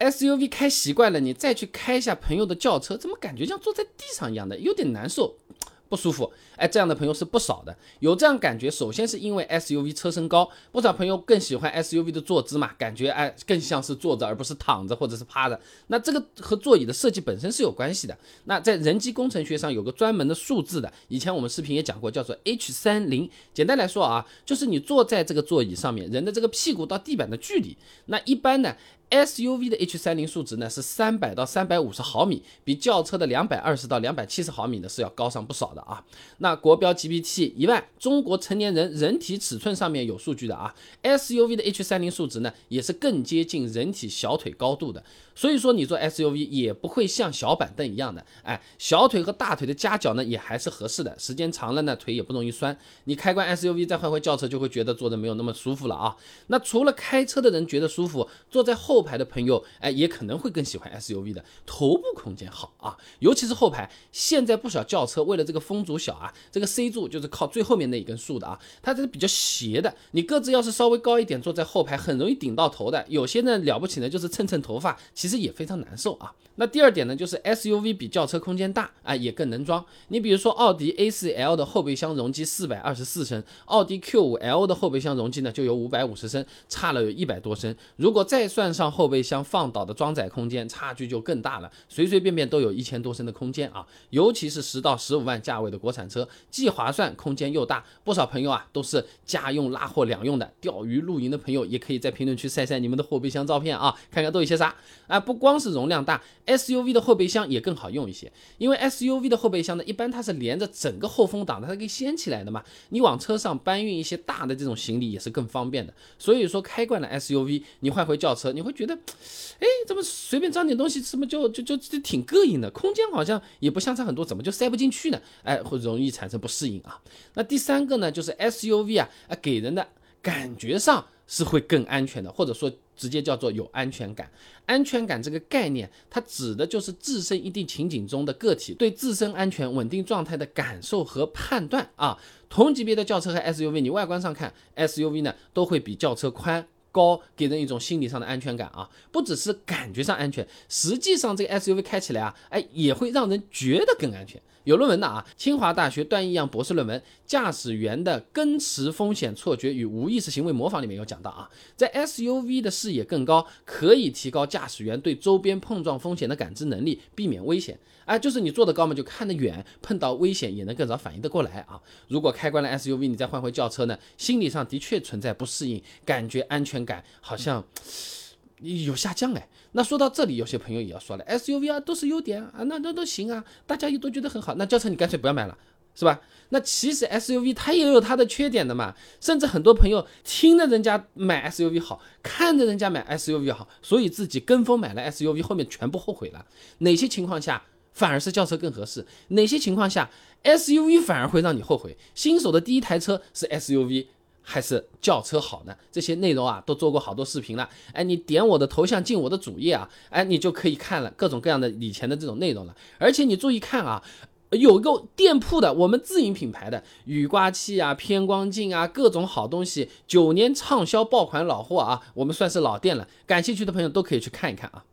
SUV 开习惯了，你再去开一下朋友的轿车，怎么感觉像坐在地上一样的，有点难受。不舒服，这样的朋友是不少的。有这样感觉，首先是因为 SUV 车身高，不少朋友更喜欢 SUV 的坐姿嘛，感觉更像是坐着而不是躺着或者是趴着。那这个和座椅的设计本身是有关系的。那在人机工程学上有个专门的数字的，以前我们视频也讲过，叫做 H30。简单来说啊，就是你坐在这个座椅上面，人的这个屁股到地板的距离。那一般呢，SUV 的 H30 数值呢是300到350毫米，比轿车的220到270毫米呢是要高上不少的啊。那国标 GPT 10000，中国成年人人体尺寸上面有数据的啊。SUV 的 H30 数值呢也是更接近人体小腿高度的，所以说你坐 SUV 也不会像小板凳一样的，小腿和大腿的夹角呢也还是合适的，时间长了呢腿也不容易酸。你开惯 SUV 再换回轿车就会觉得坐着没有那么舒服了啊。那除了开车的人觉得舒服，坐在后排的朋友也可能会更喜欢 SUV 的，头部空间好啊，尤其是后排。现在不少轿车为了这个风阻小啊，这个 C 柱就是靠最后面那一根竖的啊，它这是比较斜的，你个子要是稍微高一点，坐在后排很容易顶到头的。有些呢了不起呢，就是蹭头发，其实也非常难受啊。那第二点呢，就是 SUV 比轿车空间大也更能装。你比如说奥迪 A4L 的后备箱容积424升，奥迪 Q5L 的后备箱容积呢就有550升，差了有100多升。如果再算上后备箱放倒的装载空间，差距就更大了，随随便便都有1000多升的空间啊。尤其是10到15万价位的国产车，既划算，空间又大。不少朋友都是家用拉货两用的，钓鱼露营的朋友也可以在评论区晒晒你们的后备箱照片啊，看看都有些啥不光是容量大， SUV 的后备箱也更好用一些，因为 SUV 的后备箱呢，一般它是连着整个后风挡的，它可以掀起来的嘛，你往车上搬运一些大的这种行李也是更方便的。所以说开惯了 SUV， 你换回轿车，你会觉得怎么随便装点东西什么就挺膈应的，空间好像也不相差很多，怎么就塞不进去呢？会容易产生不适应啊。那第三个呢，就是 SUV 给人的感觉上是会更安全的，或者说直接叫做有安全感。安全感这个概念，它指的就是自身一定情景中的个体对自身安全稳定状态的感受和判断啊。同级别的轿车和 SUV， 你外观上看 SUV 呢都会比轿车宽高，给人一种心理上的安全感啊，不只是感觉上安全，实际上这个 SUV 开起来也会让人觉得更安全。有论文的清华大学段义阳博士论文《驾驶员的跟驰风险错觉与无意识行为模仿》里面有讲到在 SUV 的视野更高，可以提高驾驶员对周边碰撞风险的感知能力，避免危险。就是你坐得高嘛，就看得远，碰到危险也能更早反应得过来啊。如果开惯了 SUV， 你再换回轿车呢，心理上的确存在不适应，感觉安全感好像有下降那说到这里，有些朋友也要说了 ，SUV 都是优点那都行大家也都觉得很好，那轿车你干脆不要买了，是吧？那其实 SUV 它也有它的缺点的嘛，甚至很多朋友听着人家买 SUV 好，看着人家买 SUV 好，所以自己跟风买了 SUV， 后面全部后悔了。哪些情况下反而是轿车更合适？哪些情况下 SUV 反而会让你后悔？新手的第一台车是 SUV还是轿车好呢？这些内容都做过好多视频了，你点我的头像进我的主页你就可以看了各种各样的以前的这种内容了。而且你注意看有一个店铺的我们自营品牌的雨刮器偏光镜各种好东西，9年畅销爆款老货我们算是老店了，感兴趣的朋友都可以去看一看